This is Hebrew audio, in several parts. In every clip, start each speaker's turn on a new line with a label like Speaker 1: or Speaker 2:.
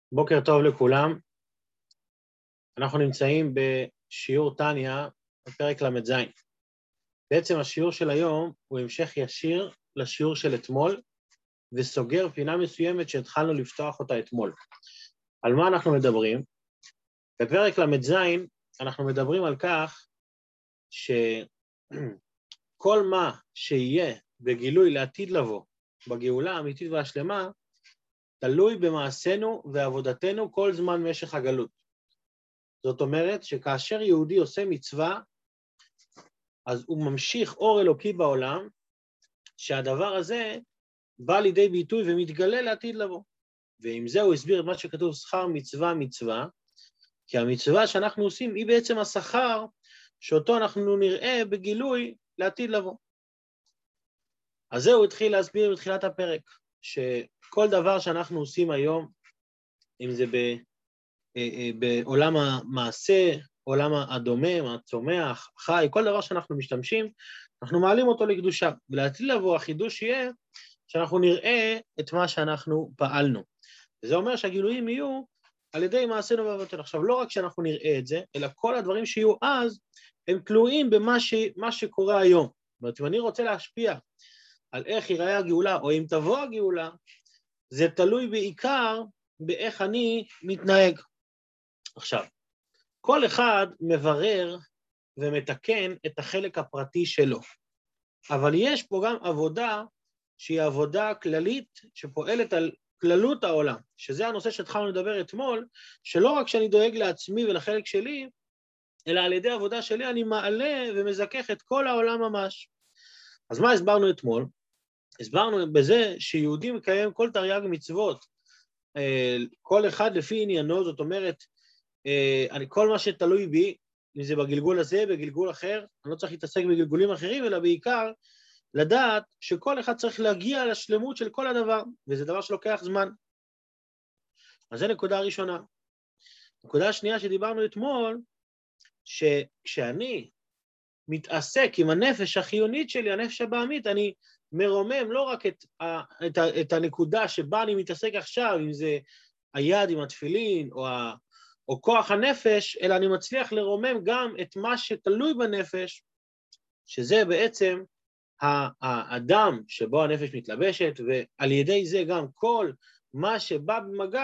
Speaker 1: בוקר טוב לכולם. אנחנו נמצאים בשיעור תניה, בפרק ל"ז. בעצם השיעור של היום הוא המשך ישיר לשיעור של אתמול, וסוגר פינה מסוימת שהתחלנו לפתוח אותה אתמול. על מה אנחנו מדברים? בפרק ל"ז אנחנו מדברים על כך שכל מה שיהיה בגילוי לעתיד לבוא, בגאולה האמיתית והשלמה, תלוי במעשינו ועבודתנו כל זמן משך הגלות. זאת אומרת שכאשר יהודי עושה מצווה, אז הוא ממשיך אור אלוקי בעולם, שהדבר הזה בא לידי ביטוי ומתגלה לעתיד לבוא. ועם זה הוא הסביר את מה שכתוב שכר מצווה מצווה, כי המצווה שאנחנו עושים היא בעצם השכר שאותו אנחנו נראה בגילוי לעתיד לבוא. אז זהו התחיל להסביר בתחילת הפרק, שכל דבר שאנחנו עושים היום, אם זה בעולם המעשה, עולם הדומם, הצומח, חי, כל דבר שאנחנו משתמשים, אנחנו מעלים אותו לקדושה. ולעתיד לבוא החידוש יהיה שאנחנו נראה את מה שאנחנו פעלנו. וזה אומר שהגילויים יהיו על ידי מעשינו ועבודתנו. עכשיו, לא רק שאנחנו נראה את זה, אלא כל הדברים שיהיו אז, הם תלויים במה שקורה היום. זאת אומרת, אם אני רוצה להשפיע על איך ייראה הגאולה, או אם תבוא הגאולה, זה תלוי בעיקר באיך אני מתנהג. עכשיו, כל אחד מברר ומתקן את החלק הפרטי שלו, אבל יש פה גם עבודה שהיא עבודה כללית שפועלת על כללות העולם, שזה הנושא שהתחלנו לדבר אתמול, שלא רק שאני דואג לעצמי ולחלק שלי, אלא על ידי עבודה שלי אני מעלה ומזכך את כל העולם ממש. אז מה הסברנו אתמול? הסברנו בזה שיהודי מקיים כל תרי"ג מצוות, כל אחד לפי עניינו, זאת אומרת, כל מה שתלוי בי, אם זה בגלגול הזה, בגלגול אחר, אני לא צריך להתעסק בגלגולים אחרים, אלא בעיקר לדעת שכל אחד צריך להגיע לשלמות של כל הדבר, וזה דבר שלוקח זמן. אז זו נקודה ראשונה. נקודה שנייה שדיברנו אתמול, שכשאני מתעסק עם הנפש החיונית שלי, הנפש הבעמית, אני מרומם לא רק את הנקודה שבה אני מתעסק עכשיו, אם זה היד עם התפילין, או כוח הנפש, אלא אני מצליח לרומם גם את מה שתלוי בנפש, שזה בעצם האדם שבו הנפש מתלבשת, ועל ידי זה גם כל מה שבא במגע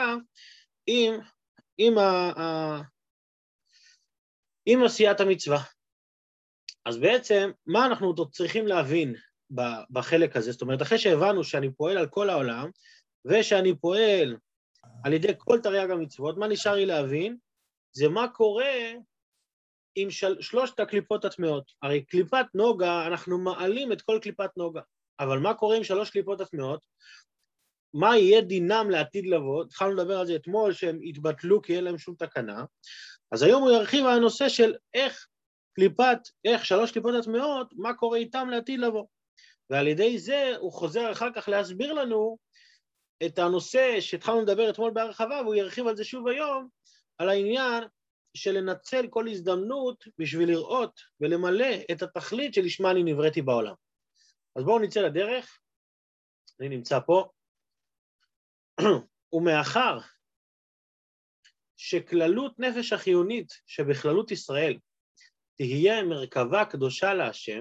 Speaker 1: עם עשיית המצווה. אז בעצם, מה אנחנו צריכים להבין בחלק הזה? זאת אומרת, אחרי שהבנו שאני פועל על כל העולם, ושאני פועל על ידי כל תרי"ג המצוות, מה נשאר לי להבין? זה מה קורה עם שלושת הקליפות הטמאות. הרי קליפת נוגה, אנחנו מעלים את כל קליפת נוגה, אבל מה קורה עם שלוש קליפות הטמאות? מה יהיה דינם לעתיד לבוא? התחלנו לדבר על זה אתמול, שהם יתבטלו כי אין להם שום תקנה, אז היום הוא ירחיב על הנושא של איך שלוש קליפות הטמאות, מה קורה איתם לעתיד לבוא. ועל ידי זה הוא חוזר אחר כך להסביר לנו את הנושא שהתחלנו לדבר אתמול בהרחבה, והוא ירחיב על זה שוב היום, על העניין של לנצל כל הזדמנות בשביל לראות ולמלא את התכלית שלשמה אני נבראתי בעולם. אז בואו נצא לדרך, אני נמצא פה, ומאחר שכללות נפש החיונית שבכללות ישראל תהיה מרכבה קדושה להשם,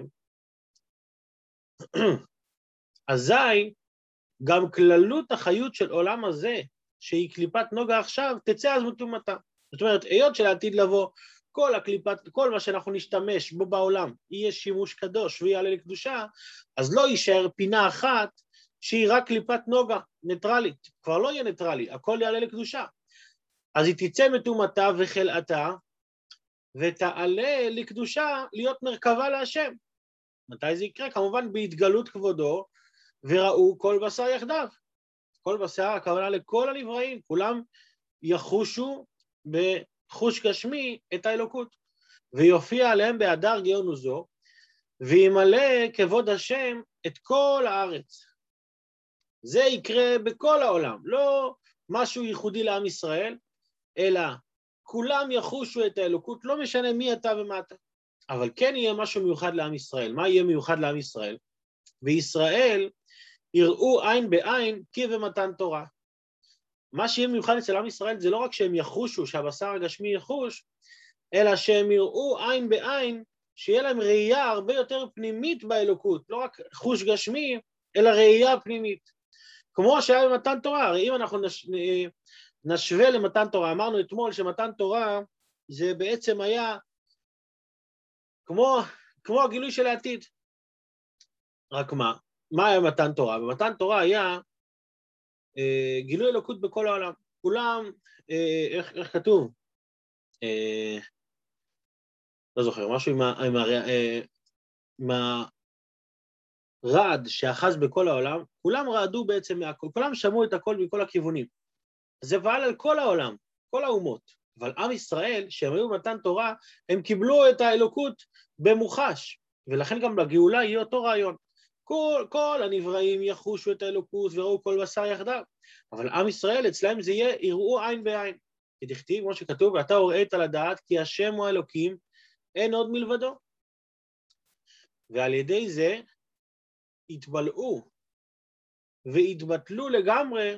Speaker 1: אזי גם כללות החיות של עולם הזה, שהיא קליפת נוגה עכשיו, תצא אז מטומאתה. זאת אומרת, היות של העתיד לבוא, כל מה שאנחנו נשתמש בו בעולם, יהיה שימוש קדוש ויעלה לקדושה, אז לא יישאר פינה אחת שהיא רק קליפת נוגה, ניטרלית. כבר לא יהיה ניטרלי, הכל יעלה לקדושה. אז היא תצא מטומאתה וחלאתה, ותעלה לקדושה להיות מרכבה להשם. מתי זה יקרה? כמובן בהתגלות כבודו, וראו כל בשר יחדיו. כל בשר, הכוונה לכל הנבראים, כולם יחושו בחוש גשמי את האלוקות, ויופיע עליהם בהדר גאון עוזו, וימלא כבוד השם את כל הארץ. זה יקרה בכל העולם, לא משהו ייחודי לעם ישראל, אלא כולם יחושו את האלוקות, לא משנה מי אתה ומה אתה. אבל כן יהיה משהו מיוחד לעם ישראל. מה יהיה מיוחד לעם ישראל? וישראל יראו עין בעין כי במתן תורה. מה שיהיה מיוחד אצל עם ישראל זה לא רק שהם יחושו, שהבשר הגשמי יחוש, אלא שהם יראו עין בעין, שיהיה להם ראייה הרבה יותר פנימית באלוקות, לא רק חוש גשמי, אלא ראייה פנימית. כמו שהיה במתן תורה, הרי אם אנחנו נשווה למתן תורה, אמרנו אתמול שמתן תורה זה בעצם היה כמו הגילוי של העתיד. רק מה היה במתן תורה? במתן תורה היה גילוי אלוקות בכל העולם. כולם, איך כתוב? לא זוכר, משהו עם הרעד שאחז בכל העולם, כולם רעדו בעצם מהכל, כולם שמעו את הכל מכל הכיוונים. זה פעל על כל העולם, כל האומות, אבל עם ישראל, שהם היו במתן תורה, הם קיבלו את האלוקות במוחש, ולכן גם בגאולה יהיה אותו רעיון. כל הנבראים יחושו את האלוקות וראו כל בשר יחדיו, אבל עם ישראל אצלהם זה יהיה יראו עין בעין. כדכתיב, כמו שכתוב, ואתה הוראית לדעת כי השם הוא האלוקים, אין עוד מלבדו. ועל ידי זה התבלעו והתבטלו לגמרי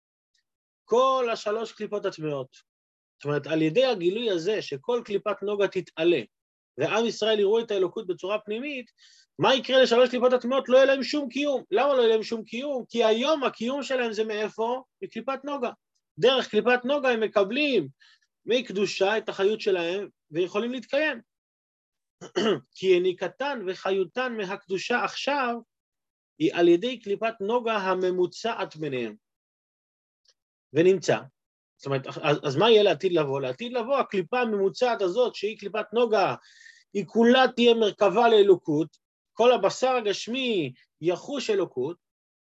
Speaker 1: כל השלוש קליפות הטמאות. זאת אומרת, על ידי הגילוי הזה שכל קליפת נוגה תתעלה, ועם ישראל יראו את האלוקות בצורה פנימית, מה יקרה לשלוש קליפות הטמאות? לא יהיה להם שום קיום. למה לא יהיה להם שום קיום? כי היום הקיום שלהם זה מאיפה? מקליפת נוגה. דרך קליפת נוגה הם מקבלים מקדושה את החיות שלהם ויכולים להתקיים. כי יניקתן וחיותן מהקדושה עכשיו היא על ידי קליפת נוגה הממוצעת ביניהם. ונמצא. זאת אומרת, אז מה יהיה לעתיד לבוא? לעתיד לבוא, הקליפה הממוצעת הזאת, שהיא קליפת נוגה, היא כולה תהיה מרכבה לאלוקות, כל הבשר הגשמי יחוש אלוקות,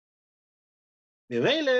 Speaker 1: ומילא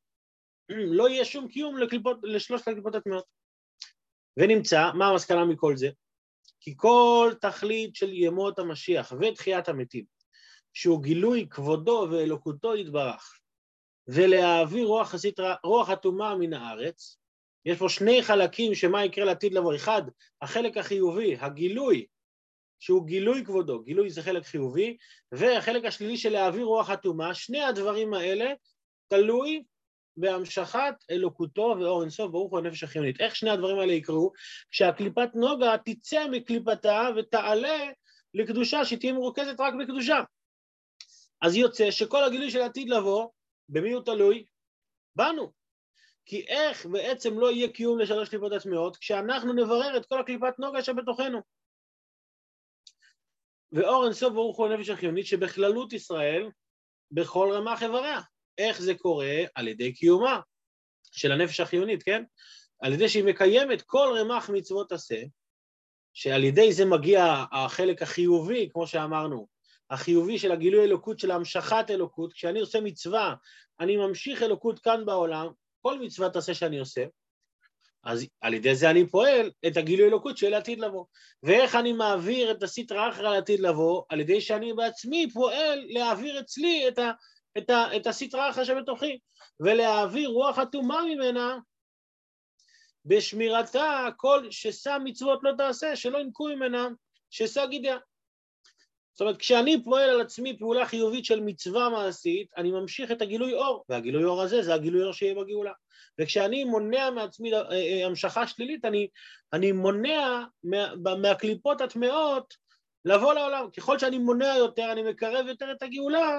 Speaker 1: לא יהיה שום קיום לשלושת הקליפות הטמאות. ונמצא, מה המסקנה מכל זה? כי כל תכלית של ימות המשיח ותחיית המתים, שהוא גילוי כבודו ואלוקותו יתברך, ולהעביר רוח הטומאה מן הארץ, יש פה שני חלקים שמה יקרה לעתיד לבוא. אחד, החלק החיובי, הגילוי, שהוא גילוי כבודו, גילוי זה חלק חיובי, והחלק השלילי של להעביר רוח הטומאה, שני הדברים האלה תלוי בהמשכת אלוקותו ואור אינסוף ברוך הוא הנפש החיונית. איך שני הדברים האלה יקרו? כשהקליפת נוגה תצא מקליפתה ותעלה לקדושה שתהיה מרוכזת רק בקדושה. אז יוצא שכל הגילוי של העתיד לבוא, במי הוא תלוי? בנו. כי איך בעצם לא יהיה קיום לשלוש קליפות הטמאות כשאנחנו נברר את כל הקליפת נוגה שבתוכנו. ואור אינסוף ברוך הוא הנפש החיונית שבכללות ישראל בכל רמ"ח איבריה. איך זה קורה? על ידי קיומה של הנפש החיונית, כן? על ידי שהיא מקיימת כל רמ"ח מצוות עשה, שעל ידי זה מגיע החלק החיובי, כמו שאמרנו, החיובי של הגילוי אלוקות, של המשכת אלוקות. כשאני עושה מצווה, אני ממשיך אלוקות כאן בעולם, כל מצוות עשה שאני עושה, אז על ידי זה אני פועל את הגילוי אלוקות של העתיד לבוא. ואיך אני מעביר את הסטרא אחרא לעתיד לבוא? על ידי שאני בעצמי פועל להעביר אצלי את הסטרא אחרא שבתוכי, ולהעביר רוח הטומאה ממנה, בשמירתה כל ששא מצוות לא תעשה, שלא ינקו ממנה, ששא גידיה. זאת אומרת, כשאני פועל על עצמי פעולה חיובית של מצווה מעשית, אני ממשיך את הגילוי אור, והגילוי אור הזה זה הגילוי אור שיהיה בגאולה. וכשאני מונע מעצמי המשכה שלילית, אני מונע מהקליפות הטמאות לבוא לעולם. ככל שאני מונע יותר, אני מקרב יותר את הגאולה,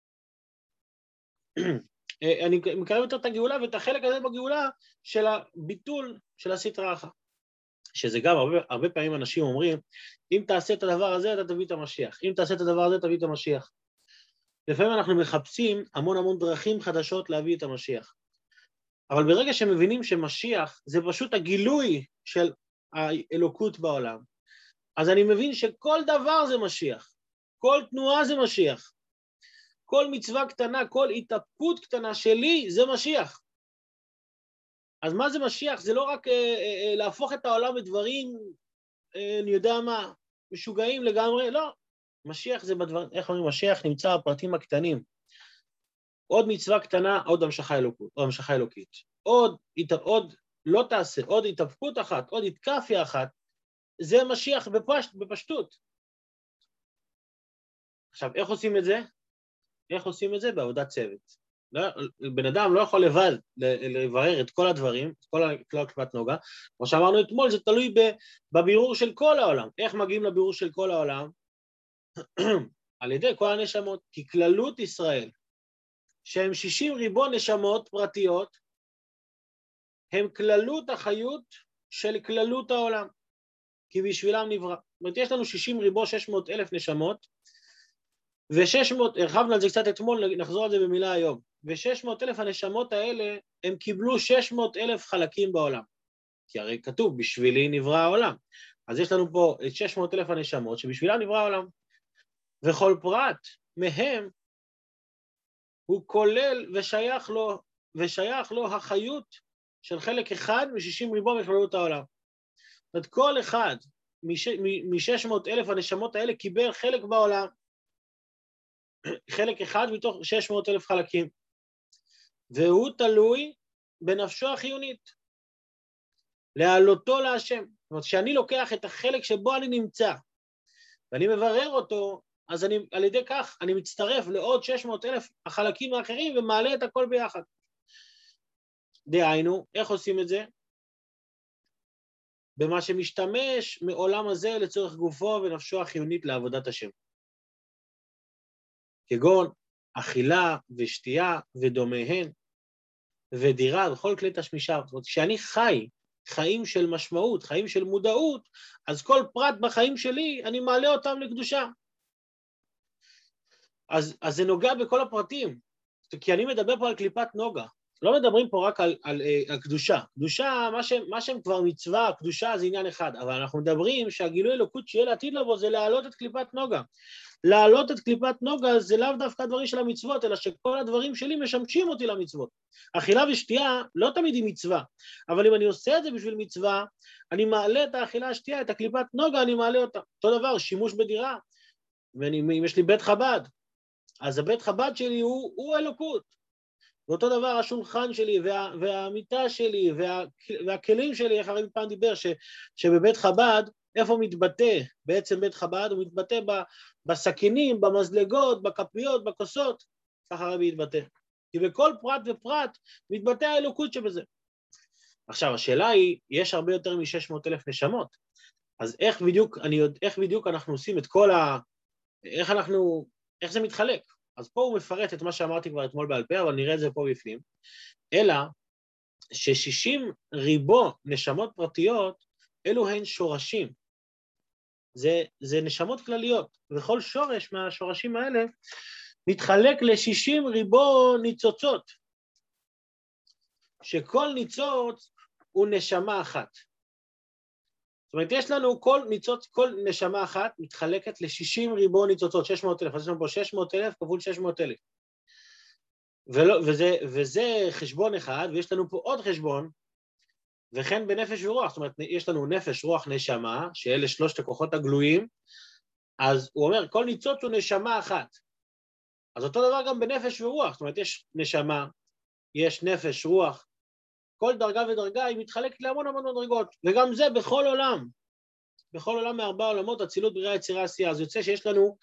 Speaker 1: אני מקרב יותר את הגאולה ואת החלק הזה בגאולה של הביטול של הסטרא אחרא. שזה גם הרבה פעמים אנשים אומרים, אם תעשה את הדבר הזה, אתה תביא את המשיח. אם תעשה את הדבר הזה, תביא את המשיח. לפעמים אנחנו מחפשים המון דרכים חדשות להביא את המשיח. אבל ברגע שמבינים שמשיח זה פשוט הגילוי של האלוקות בעולם, אז אני מבין שכל דבר זה משיח. כל תנועה זה משיח. כל מצווה קטנה, כל התאפקות קטנה שלי זה משיח. אז מה זה משיח? זה לא רק להפוך את העולם לדברים, אני יודע מה, משוגעים לגמרי, לא. משיח זה בדבר, איך אומרים, משיח נמצא בפרטים הקטנים. עוד מצווה קטנה, עוד המשכה אלוקית. עוד לא תעשה, עוד התאפקות אחת, עוד התקפיה אחת, זה משיח בפשטות. עכשיו, איך עושים את זה? איך עושים את זה? בעבודת צוות. בן אדם לא יכול לבד לברר את כל הדברים, את כל קליפת נוגה. כמו שאמרנו אתמול, זה תלוי בבירור של כל העולם. איך מגיעים לבירור של כל העולם? על ידי כל הנשמות, כי כללות ישראל, שהם 60 ריבון נשמות פרטיות, הם כללות החיות של כללות העולם, כי בשבילם נברא. זאת אומרת, יש לנו 60 ריבון 600 אלף נשמות, ו-600, הרחבנו על זה קצת אתמול, נחזור על זה במילה היום, ו-600 אלף הנשמות האלה, הם קיבלו 600 אלף חלקים בעולם, כי הרי כתוב, בשבילי נברא העולם. אז יש לנו פה את 600 אלף הנשמות, שבשבילם נברא העולם. וכל פרט מהם, הוא כולל ושייך לו החיות של חלק אחד מ-60 ריבון מכללות העולם. זאת אומרת, כל אחד מ-600 אלף הנשמות האלה קיבל חלק בעולם, חלק אחד מתוך 600 אלף חלקים, והוא תלוי בנפשו החיונית, להעלותו להשם. זאת אומרת, שאני לוקח את החלק שבו אני נמצא, ואני מברר אותו, אז על ידי כך אני מצטרף לעוד 600 אלף החלקים האחרים, ומעלה את הכל ביחד. דהיינו, איך עושים את זה? במה שמשתמש מעולם הזה לצורך גופו ונפשו החיונית לעבודת השם. כגון אכילה ושתייה ודומיהן ודירה וכל כלי תשמישה. זאת אומרת, כשאני חי חיים של משמעות, חיים של מודעות, אז כל פרט בחיים שלי אני מעלה אותם לקדושה. אז זה נוגע בכל הפרטים, כי אני מדבר פה על קליפת נוגה, לא מדברים פה רק על קדושה. קדושה, מה שהם כבר מצווה, קדושה זה עניין אחד, אבל אנחנו מדברים שהגילוי אלוקות שיהיה לעתיד לבוא, זה להעלות את קליפת נוגה. להעלות את קליפת נוגה זה לאו דווקא הדברים של המצוות, אלא שכל הדברים שלי משמשים אותי למצוות. אכילה ושתייה לא תמיד היא מצווה, אבל אם אני עושה את זה בשביל מצווה, אני מעלה את האכילה השתייה, את הקליפת נוגה, אני מעלה אותה. אותו דבר, שימוש בדירה, אם יש לי בית חב"ד, אז הבית חב"ד שלי הוא אלוקות. ואותו דבר השולחן שלי והמיטה שלי והכלים שלי, איך הרבי פעם דיבר, שבבית חב"ד, איפה מתבטא בעצם בית חב"ד? הוא מתבטא בסכינים, במזלגות, בכפיות, בכוסות, ככה הרבי מתבטא. כי בכל פרט ופרט מתבטא האלוקות שבזה. עכשיו, השאלה היא, יש הרבה יותר מ-600,000 נשמות, אז איך בדיוק אנחנו עושים את כל איך זה מתחלק? אז פה הוא מפרט את מה שאמרתי כבר אתמול בעל פה, אבל נראה את זה פה בפנים. אלא ש60 ריבו נשמות פרטיות, אלו הן שורשים. זה נשמות כלליות, וכל שורש מהשורשים האלה מתחלק ל60 ריבו ניצוצות, שכל ניצוץ הוא נשמה אחת. זאת אומרת, יש לנו כל נשמה אחת מתחלקת ל60 ריבון ניצוצות, 600,000, אז יש לנו פה 600,000 כפול 600,000. וזה חשבון אחד, ויש לנו פה עוד חשבון, וכן בנפש ורוח, זאת אומרת, יש לנו נפש, רוח, נשמה, שאלה שלושת הכוחות הגלויים, אז הוא אומר, כל ניצוץ הוא נשמה אחת. אז אותו דבר גם בנפש ורוח, זאת אומרת, יש נשמה, יש נפש, רוח, כל דרגה ודרגה היא מתחלקת להמון המון מדרגות, וגם זה בכל עולם מארבע עולמות, אצילות, בריאה, יצירה, עשייה. אז יוצא שיש לנו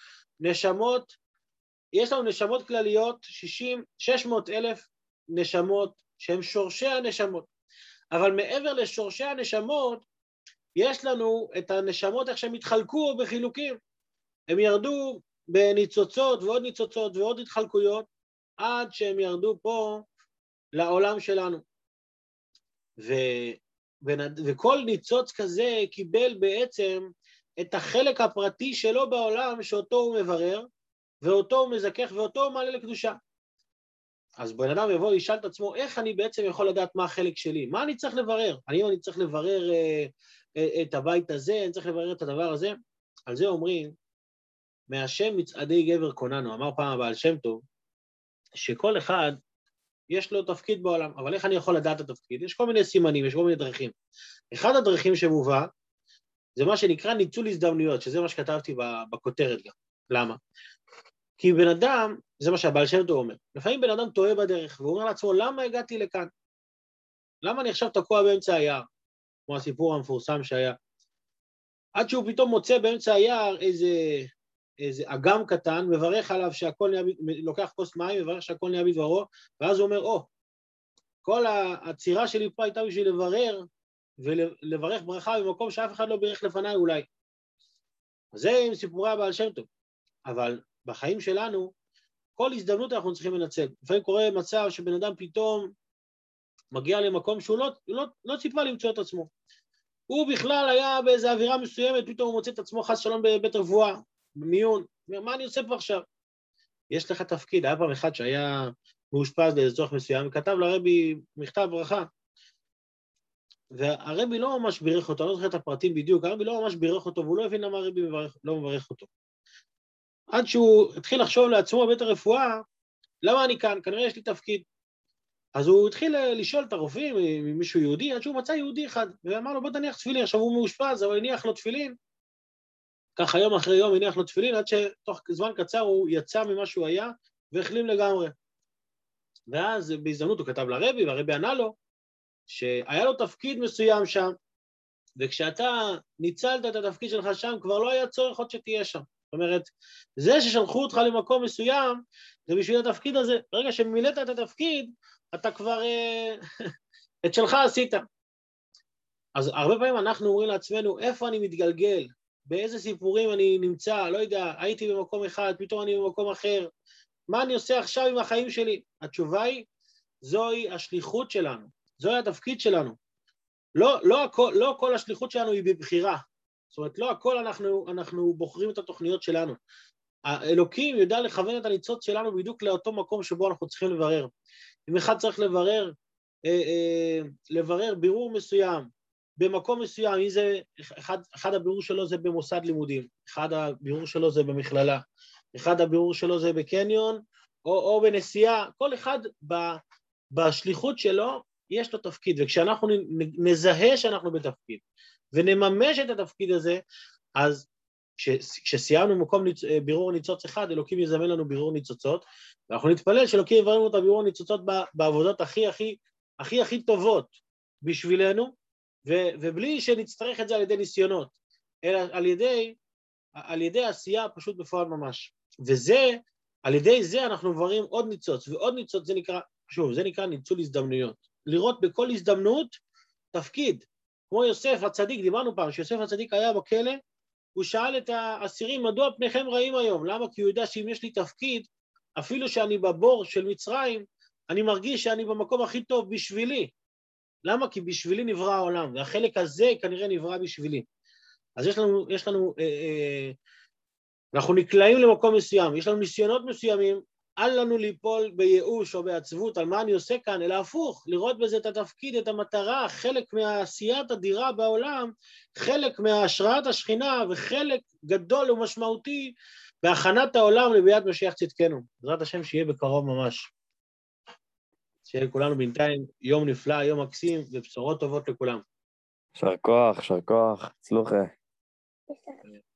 Speaker 1: נשמות כלליות, 600,000 נשמות, שהן שורשי הנשמות. אבל מעבר לשורשי הנשמות, יש לנו את הנשמות איך שהם התחלקו בחילוקים. הם ירדו בניצוצות ועוד ניצוצות ועוד התחלקויות, עד שהם ירדו פה לעולם שלנו. וכל ניצוץ כזה קיבל בעצם את החלק הפרטי שלו בעולם, שאותו הוא מברר, ואותו הוא מזכך, ואותו הוא מעלה לקדושה. אז בן אדם יבוא, ישאל את עצמו, איך אני בעצם יכול לדעת מה החלק שלי? מה אני צריך לברר? האם אני צריך לברר את הבית הזה, אני צריך לברר את הדבר הזה? על זה אומרים, מהשם מצעדי גבר קוננו, אמר פעם הבעל שם טוב, שכל אחד יש לו תפקיד בעולם, אבל איך אני יכול לדעת את התפקיד? יש כל מיני סימנים, יש כל מיני דרכים. אחד הדרכים שמובא, זה מה שנקרא ניצול הזדמנויות, שזה מה שכתבתי בכותרת גם. למה? כי בן אדם, זה מה שהבעל שם טוב אומר, לפעמים בן אדם טועה בדרך, והוא אומר לעצמו, למה הגעתי לכאן? למה אני עכשיו תקוע באמצע היער? כמו הסיפור המפורסם שהיה. עד שהוא פתאום מוצא באמצע היער איזה אגם קטן, מברך עליו שהכל נהיה, לוקח כוס מים, מברך שהכל נהיה בדברו, ואז הוא אומר, כל הצירה שלי פה הייתה בשביל לברר, ולברך ברכה במקום שאף אחד לא בירך לפניי אולי. אז זה עם סיפורי הבעל שם טוב. אבל בחיים שלנו, כל הזדמנות אנחנו צריכים לנצל. לפעמים קורה מצב שבן אדם פתאום מגיע למקום שהוא לא ציפה למצוא את עצמו. הוא בכלל היה באיזו אווירה מסוימת, פתאום הוא מוצא את עצמו חס שלום בבית רפואה, במיון. מה אני עושה פה עכשיו? יש לך תפקיד. היה פעם אחד שהיה מאושפז באיזה צורך מסוים, וכתב לרבי מכתב ברכה. והרבי לא ממש בירך אותו, אני לא זוכר את הפרטים בדיוק, הרבי לא ממש בירך אותו, והוא לא הבין למה הרבי לא מברך אותו. עד שהוא התחיל לחשוב לעצמו בבית הרפואה, למה אני כאן? כנראה יש לי תפקיד. אז הוא התחיל לשאול את הרופאים, אם מישהו יהודי, עד שהוא מצא יהודי אחד, ואמר לו, בוא תניח תפילין, עכשיו הוא מאושפז, אבל הניח לו תפילין, ככה יום אחרי יום הניח לו תפילין, עד שתוך זמן קצר הוא יצא ממה שהוא היה, והחלים לגמרי. ואז בהזדמנות הוא כתב לרבי, והרבי ענה לו, שהיה לו תפקיד מסוים שם, וכשאתה ניצלת את התפקיד שלך שם, כבר לא היה צורך עוד שתהיה שם. זאת אומרת, זה ששלחו אותך למקום מסוים, זה בשביל התפקיד הזה. ברגע שמילאת את התפקיד, אתה כבר את שלך עשית. אז הרבה פעמים אנחנו אומרים לעצמנו, איפה אני מתגלגל? באיזה סיפורים אני נמצא? לא יודע, הייתי במקום אחד, פתאום אני במקום אחר. מה אני עושה עכשיו עם החיים שלי? התשובה היא, זוהי השליחות שלנו. זוהי התפקיד שלנו. לא כל השליחות שלנו היא בבחירה. זאת אומרת, לא הכל אנחנו בוחרים את התוכניות שלנו. האלוקים יודע לכוון את הניצוץ שלנו בדיוק לאותו מקום שבו אנחנו צריכים לברר. אם אחד צריך לברר בירור מסוים, במקום מסוים, אם זה, אחד הבירור שלו זה במוסד לימודים, אחד הבירור שלו זה במכללה, אחד הבירור שלו זה בקניון, או בנסיעה, כל אחד בשליחות שלו יש לו תפקיד, וכשאנחנו נזהה שאנחנו בתפקיד, ונממש את התפקיד הזה, אז כשסיימנו מקום בירור ניצוץ אחד, אלוקים יזמן לנו בירור ניצוצות, ואנחנו נתפלל שאלוקים יברר לנו את הבירור ניצוצות בעבודות הכי טובות בשבילנו, ובלי שנצטרך את זה על ידי ניסיונות, אלא על ידי עשייה פשוט בפועל ממש. וזה, על ידי זה אנחנו מבררים עוד ניצוץ, ועוד ניצוץ זה נקרא ניצול הזדמנויות. לראות בכל הזדמנות תפקיד. כמו יוסף הצדיק, דיברנו פעם, שיוסף הצדיק היה בכלא, הוא שאל את האסירים, מדוע פניכם רעים היום? למה? כי הוא יודע שאם יש לי תפקיד, אפילו שאני בבור של מצרים, אני מרגיש שאני במקום הכי טוב בשבילי. למה? כי בשבילי נברא העולם, והחלק הזה כנראה נברא בשבילי. אז אנחנו נקלעים למקום מסוים, יש לנו ניסיונות מסוימים, אל לנו ליפול בייאוש או בעצבות על מה אני עושה כאן, אלא הפוך, לראות בזה את התפקיד, את המטרה, חלק מהעשיית אדירה בעולם, חלק מהשראת השכינה, וחלק גדול ומשמעותי בהכנת העולם לביאת משיח צדקנו. בעזרת השם שיהיה בקרוב ממש. שיהיה לכולנו בינתיים יום נפלא, יום מקסים, ובשורות טובות לכולם.
Speaker 2: יישר כוח, יישר כוח, צלוחה.